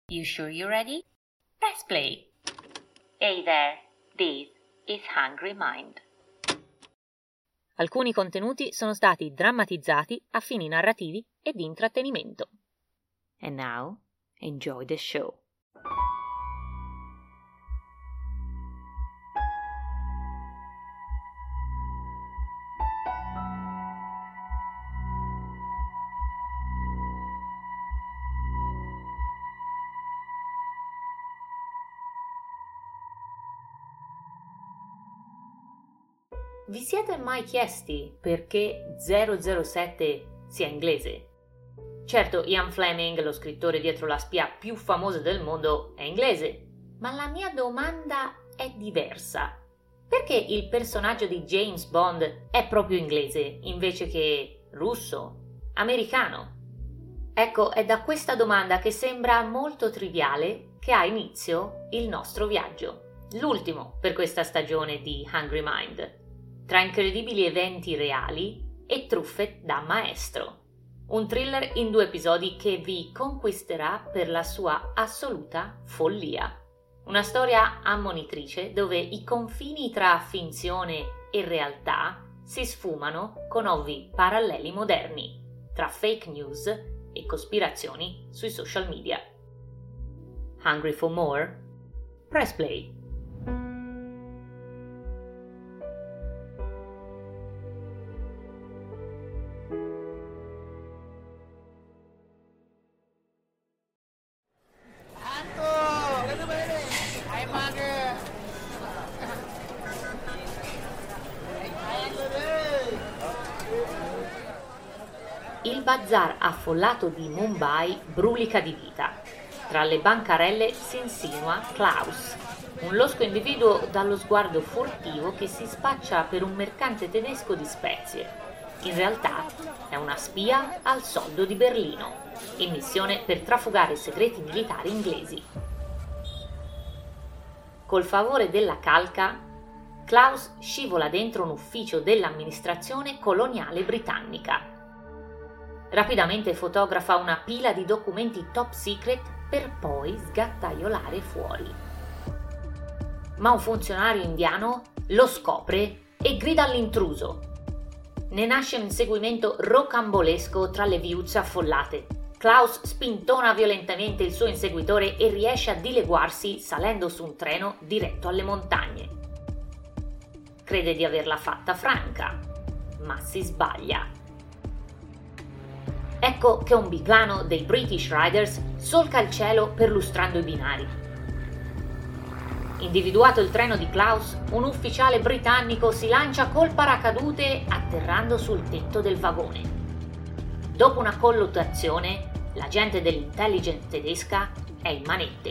You sure you're ready? Press play. Hey there, this is Hungry Mind. Alcuni contenuti sono stati drammatizzati a fini narrativi e di intrattenimento. And now, enjoy the show. Vi siete mai chiesti perché 007 sia inglese? Certo, Ian Fleming, lo scrittore dietro la spia più famosa del mondo, è inglese, ma la mia domanda è diversa. Perché il personaggio di James Bond è proprio inglese, invece che russo, americano? Ecco, è da questa domanda che sembra molto triviale che ha inizio il nostro viaggio, l'ultimo per questa stagione di Hungry Mind. Tra incredibili eventi reali e truffe da maestro. Un thriller in 2 episodi che vi conquisterà per la sua assoluta follia. Una storia ammonitrice dove i confini tra finzione e realtà si sfumano con ovvi paralleli moderni, tra fake news e cospirazioni sui social media. Hungry for more? Press play. Il bazar affollato di Mumbai brulica di vita. Tra le bancarelle si insinua Klaus, un losco individuo dallo sguardo furtivo che si spaccia per un mercante tedesco di spezie. In realtà è una spia al soldo di Berlino, in missione per trafugare segreti militari inglesi. Col favore della calca, Klaus scivola dentro un ufficio dell'amministrazione coloniale britannica. Rapidamente fotografa una pila di documenti top secret per poi sgattaiolare fuori. Ma un funzionario indiano lo scopre e grida all'intruso. Ne nasce un inseguimento rocambolesco tra le viuzze affollate. Klaus spintona violentemente il suo inseguitore e riesce a dileguarsi salendo su un treno diretto alle montagne. Crede di averla fatta franca, ma si sbaglia. Ecco che un biplano dei British Riders solca il cielo perlustrando i binari. Individuato il treno di Klaus, un ufficiale britannico si lancia col paracadute atterrando sul tetto del vagone. Dopo una colluttazione, l'agente dell'intelligence tedesca è in manette.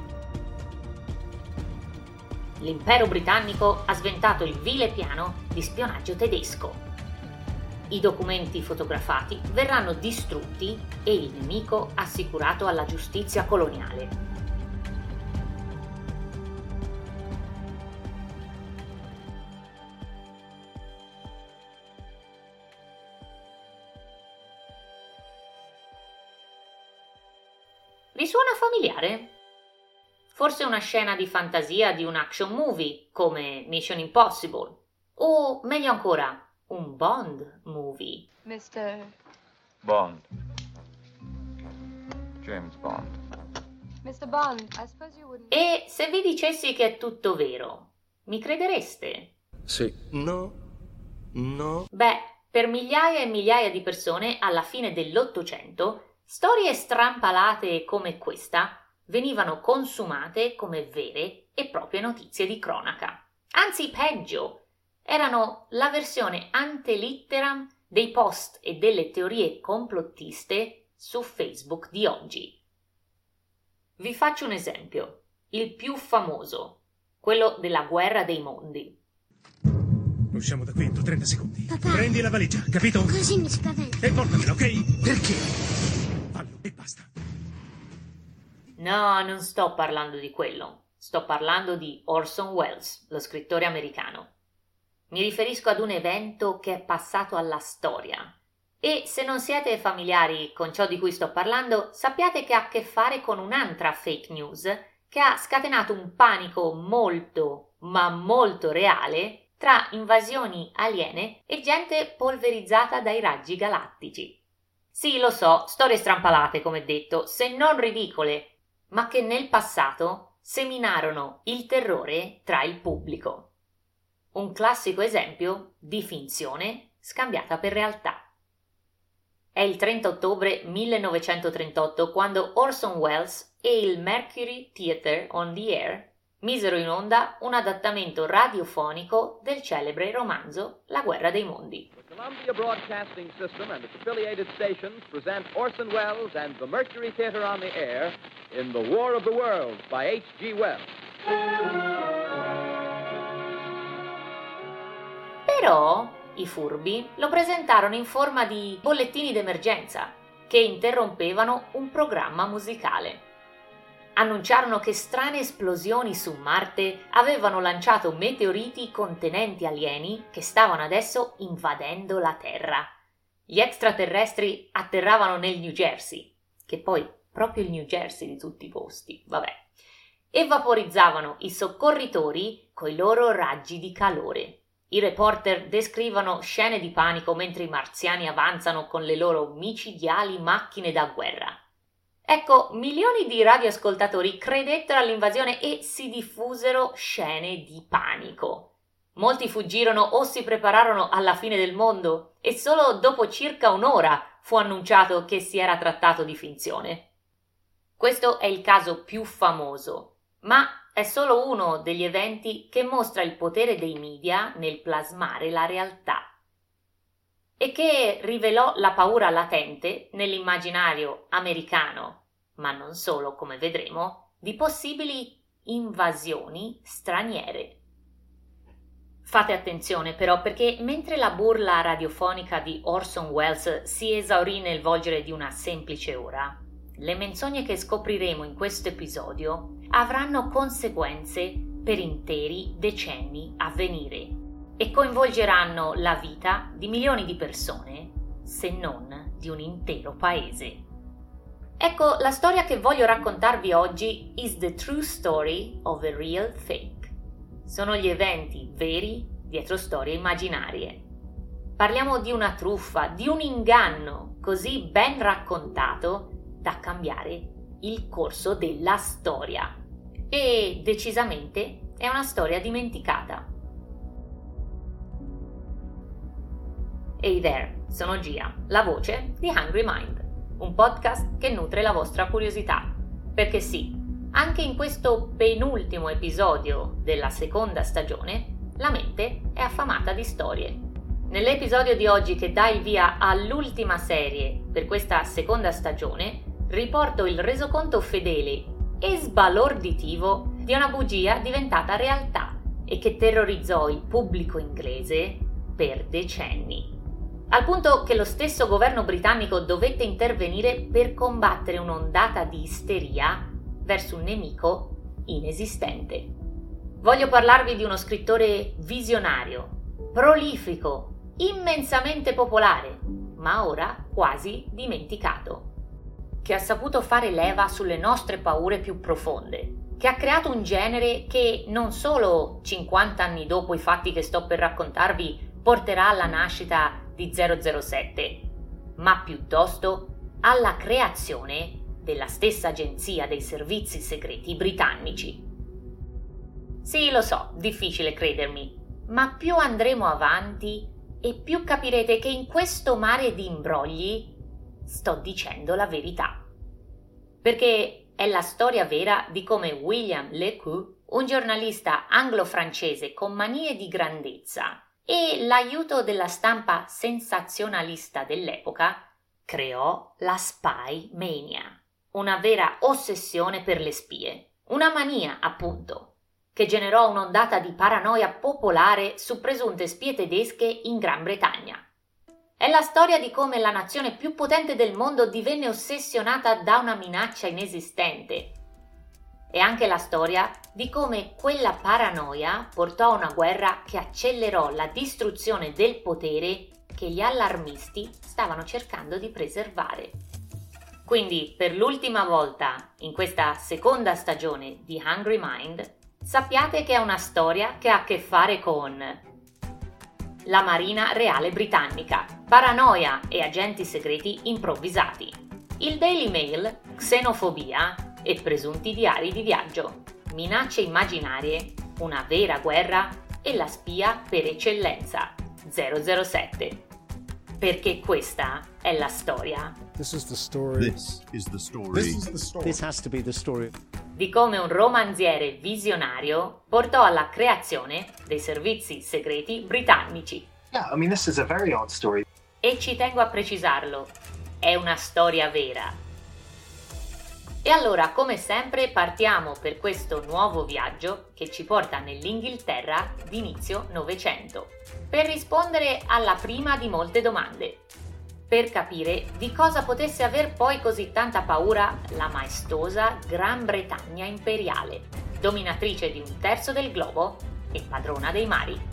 L'impero britannico ha sventato il vile piano di spionaggio tedesco. I documenti fotografati verranno distrutti e il nemico assicurato alla giustizia coloniale. Vi suona familiare? Forse una scena di fantasia di un action movie come Mission Impossible, o meglio ancora, un Bond movie. Mr. Bond. James Bond. Mr. Bond, I suppose you wouldn't... E se vi dicessi che è tutto vero, mi credereste? Sì. No. Beh, per migliaia e migliaia di persone alla fine dell'Ottocento, storie strampalate come questa venivano consumate come vere e proprie notizie di cronaca. Anzi, peggio, erano la versione ante litteram dei post e delle teorie complottiste su Facebook di oggi. Vi faccio un esempio, il più famoso, quello della guerra dei mondi. Usciamo da qui entro 30 secondi. Papà. Prendi la valigia, capito? Così mi spavento. E portamela, ok? Perché? Fallo e basta. No, non sto parlando di quello. Sto parlando di Orson Welles, lo scrittore americano. Mi riferisco ad un evento che è passato alla storia E se non siete familiari con ciò di cui sto parlando, sappiate che ha a che fare con un'altra fake news che ha scatenato un panico molto, ma molto reale tra invasioni aliene e gente polverizzata dai raggi galattici. Sì, lo so, storie strampalate, come detto, se non ridicole, ma che nel passato seminarono il terrore tra il pubblico. Un classico esempio di finzione scambiata per realtà. È il 30 ottobre 1938 quando Orson Welles e il Mercury Theatre on the Air misero in onda un adattamento radiofonico del celebre romanzo La guerra dei mondi. The Columbia Broadcasting System and its affiliated stations present Orson Welles and the Mercury Theatre on the Air in The War of the Worlds by H.G. Wells. Però i furbi lo presentarono in forma di bollettini d'emergenza che interrompevano un programma musicale. Annunciarono che strane esplosioni su Marte avevano lanciato meteoriti contenenti alieni che stavano adesso invadendo la Terra. Gli extraterrestri atterravano nel New Jersey, che poi proprio il New Jersey di tutti i posti, vabbè, e vaporizzavano i soccorritori coi loro raggi di calore. I reporter descrivono scene di panico mentre i marziani avanzano con le loro micidiali macchine da guerra. Ecco, milioni di radioascoltatori credettero all'invasione e si diffusero scene di panico. Molti fuggirono o si prepararono alla fine del mondo e solo dopo circa un'ora fu annunciato che si era trattato di finzione. Questo è il caso più famoso, ma è solo uno degli eventi che mostra il potere dei media nel plasmare la realtà e che rivelò la paura latente nell'immaginario americano, ma non solo, come vedremo, di possibili invasioni straniere. Fate attenzione però, perché mentre la burla radiofonica di Orson Welles si esaurì nel volgere di una semplice ora, le menzogne che scopriremo in questo episodio avranno conseguenze per interi decenni a venire e coinvolgeranno la vita di milioni di persone, se non di un intero paese. Ecco, la storia che voglio raccontarvi oggi is the true story of a real fake. Sono gli eventi veri dietro storie immaginarie. Parliamo di una truffa, di un inganno così ben raccontato da cambiare il corso della storia. E decisamente è una storia dimenticata. Hey there, sono Gia, la voce di Hungry Mind, un podcast che nutre la vostra curiosità. Perché sì, anche in questo penultimo episodio della seconda stagione, la mente è affamata di storie. Nell'episodio di oggi, che dà il via all'ultima serie per questa seconda stagione, riporto il resoconto fedele e sbalorditivo di una bugia diventata realtà e che terrorizzò il pubblico inglese per decenni. Al punto che lo stesso governo britannico dovette intervenire per combattere un'ondata di isteria verso un nemico inesistente. Voglio parlarvi di uno scrittore visionario, prolifico, immensamente popolare, ma ora quasi dimenticato, che ha saputo fare leva sulle nostre paure più profonde, che ha creato un genere che non solo 50 anni dopo i fatti che sto per raccontarvi porterà alla nascita di 007, ma piuttosto alla creazione della stessa agenzia dei servizi segreti britannici. Sì, lo so, difficile credermi, ma più andremo avanti e più capirete che in questo mare di imbrogli sto dicendo la verità. Perché è la storia vera di come William Lequeux, un giornalista anglo-francese con manie di grandezza e l'aiuto della stampa sensazionalista dell'epoca, creò la Spy Mania, una vera ossessione per le spie, una mania appunto, che generò un'ondata di paranoia popolare su presunte spie tedesche in Gran Bretagna. È la storia di come la nazione più potente del mondo divenne ossessionata da una minaccia inesistente. È anche la storia di come quella paranoia portò a una guerra che accelerò la distruzione del potere che gli allarmisti stavano cercando di preservare. Quindi, per l'ultima volta in questa seconda stagione di Hungry Mind, sappiate che è una storia che ha a che fare con la Marina Reale Britannica, paranoia e agenti segreti improvvisati, il Daily Mail, xenofobia e presunti diari di viaggio, minacce immaginarie, una vera guerra e la spia per eccellenza, 007. Perché questa è la storia. This is the story. This is the story. This has to be the story. Di come un romanziere visionario portò alla creazione dei servizi segreti britannici. Yeah, I mean, this is a very odd story. E ci tengo a precisarlo, è una storia vera. E allora, come sempre, partiamo per questo nuovo viaggio che ci porta nell'Inghilterra di inizio Novecento, per rispondere alla prima di molte domande, per capire di cosa potesse aver poi così tanta paura la maestosa Gran Bretagna imperiale, dominatrice di un terzo del globo e padrona dei mari.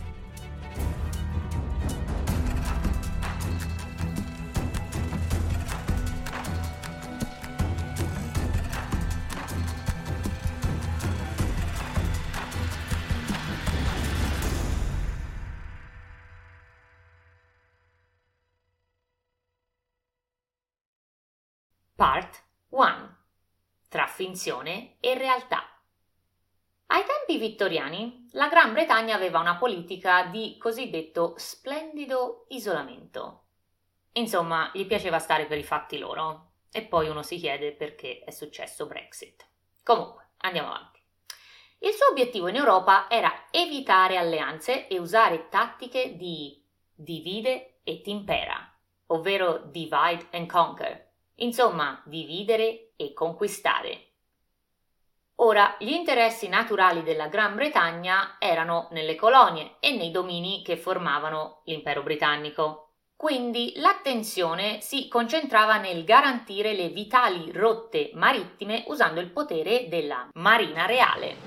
Part 1. Tra finzione e realtà. Ai tempi vittoriani, la Gran Bretagna aveva una politica di cosiddetto splendido isolamento. Insomma, gli piaceva stare per i fatti loro, e poi uno si chiede perché è successo Brexit. Comunque, andiamo avanti. Il suo obiettivo in Europa era evitare alleanze e usare tattiche di divide e timpera, ovvero divide and conquer. Insomma, dividere e conquistare. Ora, gli interessi naturali della Gran Bretagna erano nelle colonie e nei domini che formavano l'impero britannico. Quindi l'attenzione si concentrava nel garantire le vitali rotte marittime usando il potere della Marina Reale.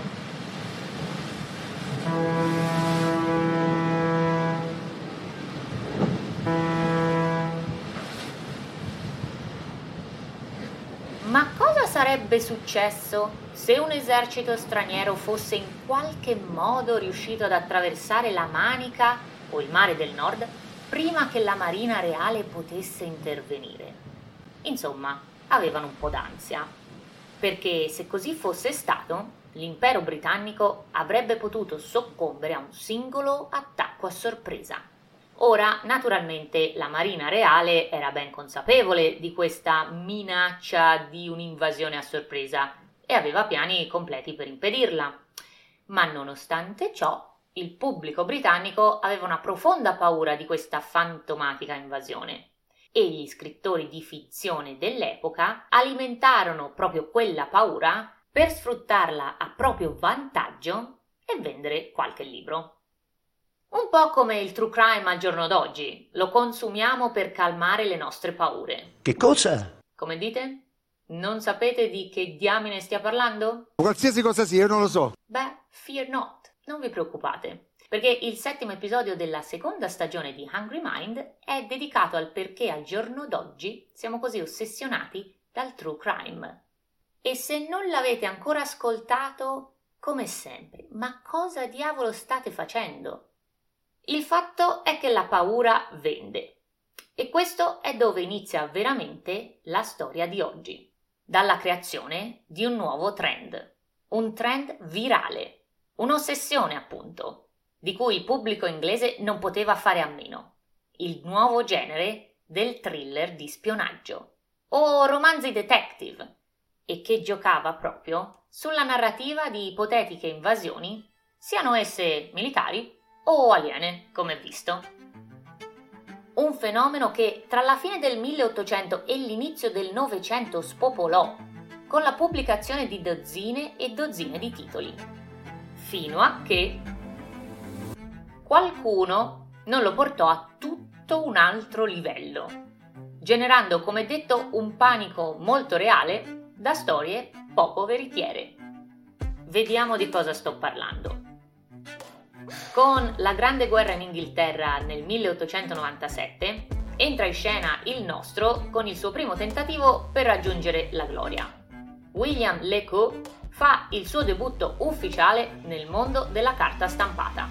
Ma cosa sarebbe successo se un esercito straniero fosse in qualche modo riuscito ad attraversare la Manica o il Mare del Nord prima che la Marina Reale potesse intervenire? Insomma, avevano un po' d'ansia, perché se così fosse stato, l'impero britannico avrebbe potuto soccombere a un singolo attacco a sorpresa. Ora, naturalmente, la Marina Reale era ben consapevole di questa minaccia di un'invasione a sorpresa e aveva piani completi per impedirla. Ma nonostante ciò, il pubblico britannico aveva una profonda paura di questa fantomatica invasione e gli scrittori di fizione dell'epoca alimentarono proprio quella paura per sfruttarla a proprio vantaggio e vendere qualche libro. Un po' come il true crime al giorno d'oggi, lo consumiamo per calmare le nostre paure. Che cosa? Come dite? Non sapete di che diamine stia parlando? Qualsiasi cosa sia, io non lo so. Beh, fear not, non vi preoccupate, perché il 7° episodio della seconda stagione di Hungry Mind è dedicato al perché al giorno d'oggi siamo così ossessionati dal true crime. E se non l'avete ancora ascoltato, come sempre, ma cosa diavolo state facendo? Il fatto è che la paura vende. E questo è dove inizia veramente la storia di oggi. Dalla creazione di un nuovo trend. Un trend virale. Un'ossessione, appunto, di cui il pubblico inglese non poteva fare a meno. Il nuovo genere del thriller di spionaggio. O romanzi detective. E che giocava proprio sulla narrativa di ipotetiche invasioni, siano esse militari o aliene, come visto. Un fenomeno che tra la fine del 1800 e l'inizio del Novecento spopolò, con la pubblicazione di dozzine e dozzine di titoli, fino a che qualcuno non lo portò a tutto un altro livello, generando, come detto, un panico molto reale da storie poco veritiere. Vediamo di cosa sto parlando. Con la Grande Guerra in Inghilterra nel 1897 entra in scena il nostro con il suo primo tentativo per raggiungere la gloria. William Le Queux fa il suo debutto ufficiale nel mondo della carta stampata.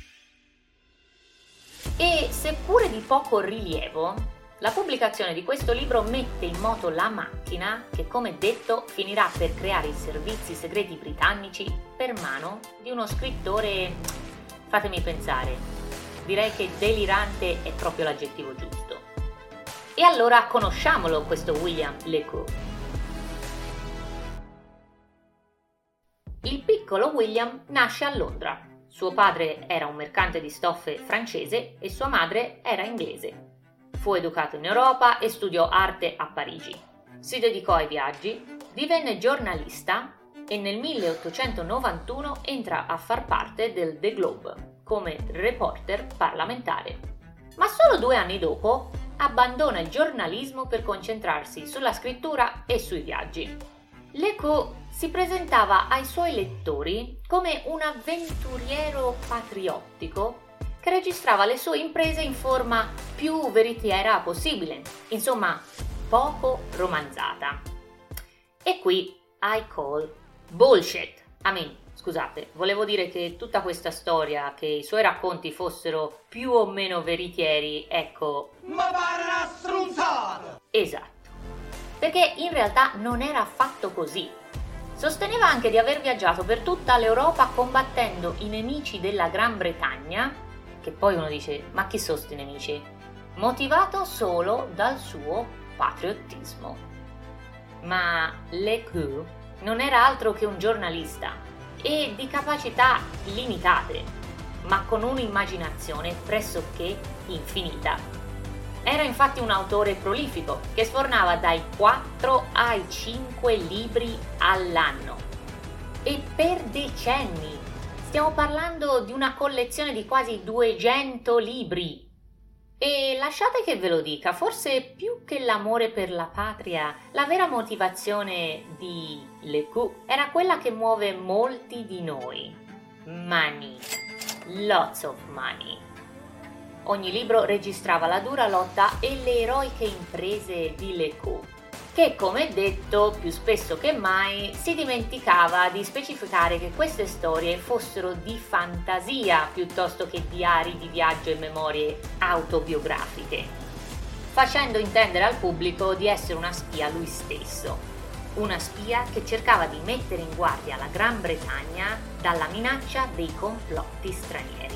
E seppure di poco rilievo, la pubblicazione di questo libro mette in moto la macchina che, come detto, finirà per creare i servizi segreti britannici per mano di uno scrittore, fatemi pensare, direi che delirante è proprio l'aggettivo giusto. E allora conosciamolo questo William Le Queux. Il piccolo William nasce a Londra. Suo padre era un mercante di stoffe francese e sua madre era inglese. Fu educato in Europa e studiò arte a Parigi. Si dedicò ai viaggi, divenne giornalista e nel 1891 entra a far parte del The Globe come reporter parlamentare. Ma solo 2 anni dopo abbandona il giornalismo per concentrarsi sulla scrittura e sui viaggi. Le Queux si presentava ai suoi lettori come un avventuriero patriottico che registrava le sue imprese in forma più veritiera possibile, insomma, poco romanzata. E qui I call bullshit. Scusate, volevo dire che tutta questa storia, che i suoi racconti fossero più o meno veritieri, ecco... Ma parla stronzata! Esatto, perché in realtà non era affatto così. Sosteneva anche di aver viaggiato per tutta l'Europa combattendo i nemici della Gran Bretagna, che poi uno dice, ma chi sono sti nemici? Motivato solo dal suo patriottismo. Ma Le Queux non era altro che un giornalista e di capacità limitate, ma con un'immaginazione pressoché infinita. Era infatti un autore prolifico che sfornava dai 4 ai 5 libri all'anno e per decenni. Stiamo parlando di una collezione di quasi 200 libri. E lasciate che ve lo dica, forse più che l'amore per la patria, la vera motivazione di Le Queux era quella che muove molti di noi. Money. Lots of money. Ogni libro registrava la dura lotta e le eroiche imprese di Le Queux, che, come detto, più spesso che mai si dimenticava di specificare che queste storie fossero di fantasia piuttosto che diari di viaggio e memorie autobiografiche, facendo intendere al pubblico di essere una spia lui stesso, una spia che cercava di mettere in guardia la Gran Bretagna dalla minaccia dei complotti stranieri.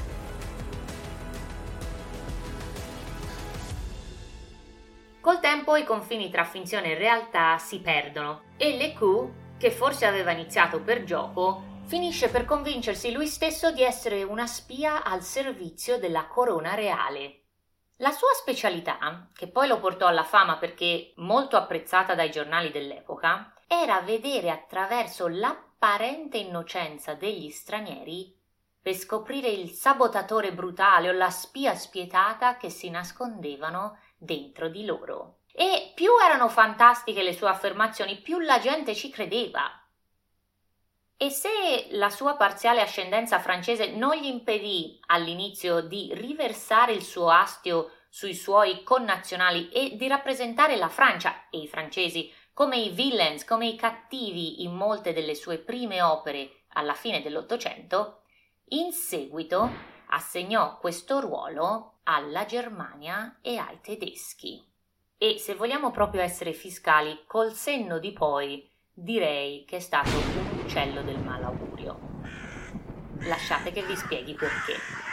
Col tempo i confini tra finzione e realtà si perdono e Le Queux, che forse aveva iniziato per gioco, finisce per convincersi lui stesso di essere una spia al servizio della corona reale. La sua specialità, che poi lo portò alla fama perché molto apprezzata dai giornali dell'epoca, era vedere attraverso l'apparente innocenza degli stranieri per scoprire il sabotatore brutale o la spia spietata che si nascondevano dentro di loro. E più erano fantastiche le sue affermazioni, più la gente ci credeva. E se la sua parziale ascendenza francese non gli impedì all'inizio di riversare il suo astio sui suoi connazionali e di rappresentare la Francia e i francesi come i villains, come i cattivi in molte delle sue prime opere alla fine dell'Ottocento, in seguito assegnò questo ruolo alla Germania e ai tedeschi. E se vogliamo proprio essere fiscali, col senno di poi direi che è stato un uccello del malaugurio. Lasciate che vi spieghi perché.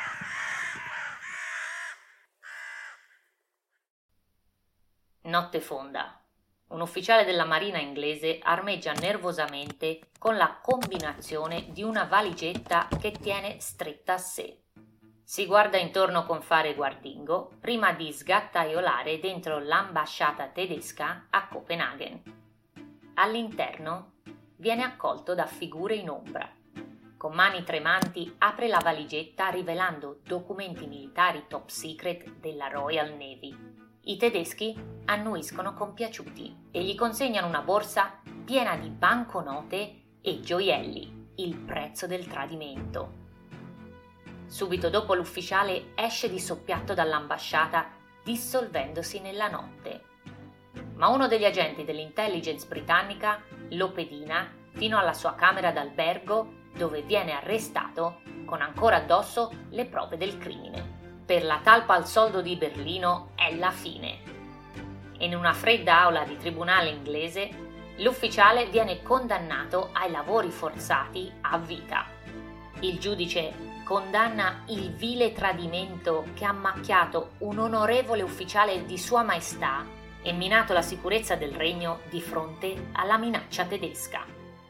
Notte fonda. Un ufficiale della marina inglese armeggia nervosamente con la combinazione di una valigetta che tiene stretta a sé. Si guarda intorno con fare guardingo prima di sgattaiolare dentro l'ambasciata tedesca a Copenaghen. All'interno viene accolto da figure in ombra. Con mani tremanti apre la valigetta rivelando documenti militari top secret della Royal Navy. I tedeschi annuiscono compiaciuti e gli consegnano una borsa piena di banconote e gioielli, il prezzo del tradimento. Subito dopo l'ufficiale esce di soppiatto dall'ambasciata, dissolvendosi nella notte. Ma uno degli agenti dell'intelligence britannica lo pedina fino alla sua camera d'albergo, dove viene arrestato con ancora addosso le prove del crimine. Per la talpa al soldo di Berlino è la fine. In una fredda aula di tribunale inglese, l'ufficiale viene condannato ai lavori forzati a vita. Il giudice condanna il vile tradimento che ha macchiato un onorevole ufficiale di Sua Maestà e minato la sicurezza del regno di fronte alla minaccia tedesca.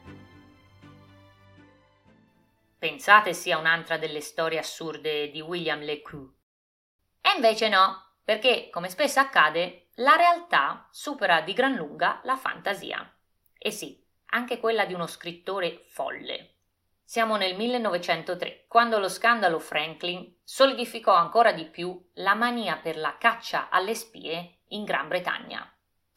Pensate sia un'altra delle storie assurde di William Le Queux. E invece no, perché, come spesso accade, la realtà supera di gran lunga la fantasia. E sì, anche quella di uno scrittore folle. Siamo nel 1903, quando lo scandalo Franklin solidificò ancora di più la mania per la caccia alle spie in Gran Bretagna.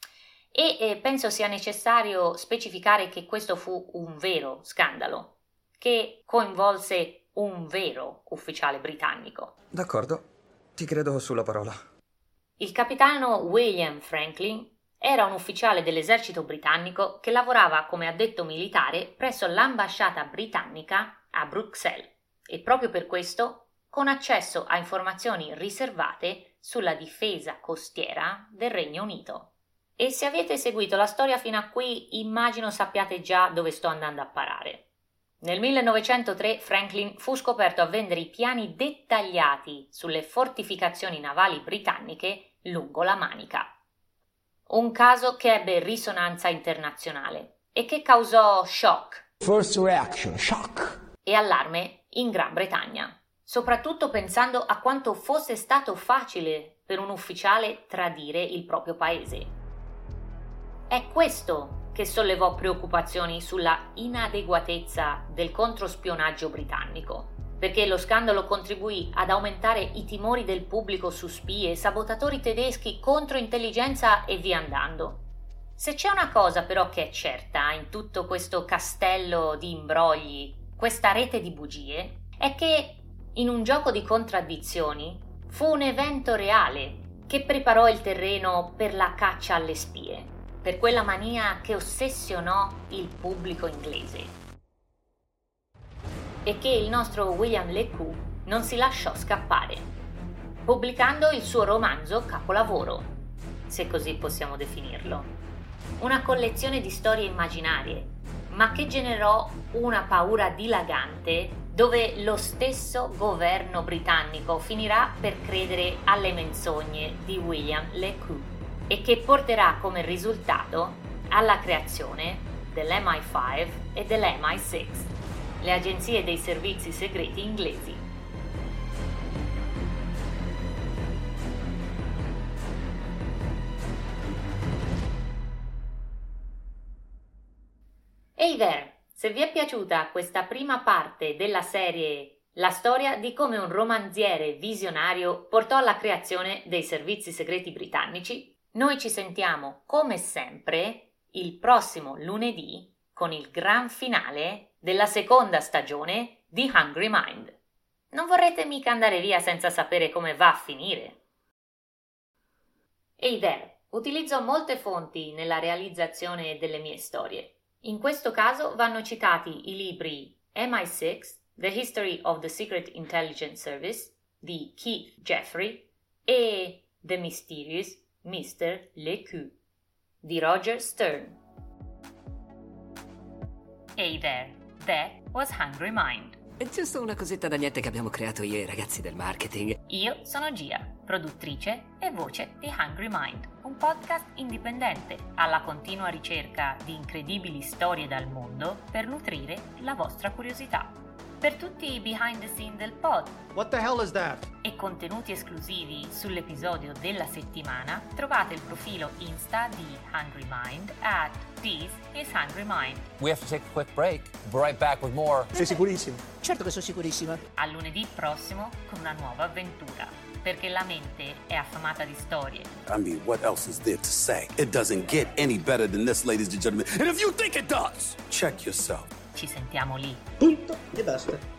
E penso sia necessario specificare che questo fu un vero scandalo, che coinvolse un vero ufficiale britannico. D'accordo, ti credo sulla parola. Il capitano William Franklin era un ufficiale dell'esercito britannico che lavorava come addetto militare presso l'ambasciata britannica a Bruxelles e proprio per questo con accesso a informazioni riservate sulla difesa costiera del Regno Unito. E se avete seguito la storia fino a qui, immagino sappiate già dove sto andando a parare. Nel 1903 Franklin fu scoperto a vendere i piani dettagliati sulle fortificazioni navali britanniche lungo la Manica. Un caso che ebbe risonanza internazionale e che causò shock. First reaction, shock. E allarme in Gran Bretagna, soprattutto pensando a quanto fosse stato facile per un ufficiale tradire il proprio paese. È questo che sollevò preoccupazioni sulla inadeguatezza del controspionaggio britannico, perché lo scandalo contribuì ad aumentare i timori del pubblico su spie, sabotatori tedeschi, controintelligenza e via andando. Se c'è una cosa però che è certa in tutto questo castello di imbrogli, questa rete di bugie, è che in un gioco di contraddizioni fu un evento reale che preparò il terreno per la caccia alle spie, per quella mania che ossessionò il pubblico inglese. E che il nostro William Le Queux non si lasciò scappare, pubblicando il suo romanzo capolavoro, se così possiamo definirlo. Una collezione di storie immaginarie, ma che generò una paura dilagante dove lo stesso governo britannico finirà per credere alle menzogne di William Le Queux e che porterà come risultato alla creazione dell'MI5 e dell'MI6, le agenzie dei servizi segreti inglesi. Hey there! Se vi è piaciuta questa prima parte della serie La storia di come un romanziere visionario portò alla creazione dei servizi segreti britannici, noi ci sentiamo come sempre il prossimo lunedì con il gran finale della seconda stagione di Hungry Mind. Non vorrete mica andare via senza sapere come va a finire? Hey there! Utilizzo molte fonti nella realizzazione delle mie storie. In questo caso vanno citati i libri MI6, The History of the Secret Intelligence Service di Keith Jeffrey e The Mysterious Mr. Le Queux di Roger Stern. Hey there, that was Hungry Mind. È giusto una cosetta da niente che abbiamo creato io e i ragazzi del marketing. Io sono Gia, produttrice e voce di Hungry Mind, un podcast indipendente alla continua ricerca di incredibili storie dal mondo per nutrire la vostra curiosità. Per tutti i behind the scene del pod, What the hell is that? e contenuti esclusivi sull'episodio della settimana, trovate il profilo Insta di Hungry Mind at This is Hungry Mind. We have to take a quick break. We'll be right back with more. Sei sicurissimo? Certo che sono sicurissima. A lunedì prossimo con una nuova avventura, perché la mente è affamata di storie. I mean, what else is there to say? It doesn't get any better than this, ladies and gentlemen. And if you think it does, check yourself. Ci sentiamo lì. Punto e basta.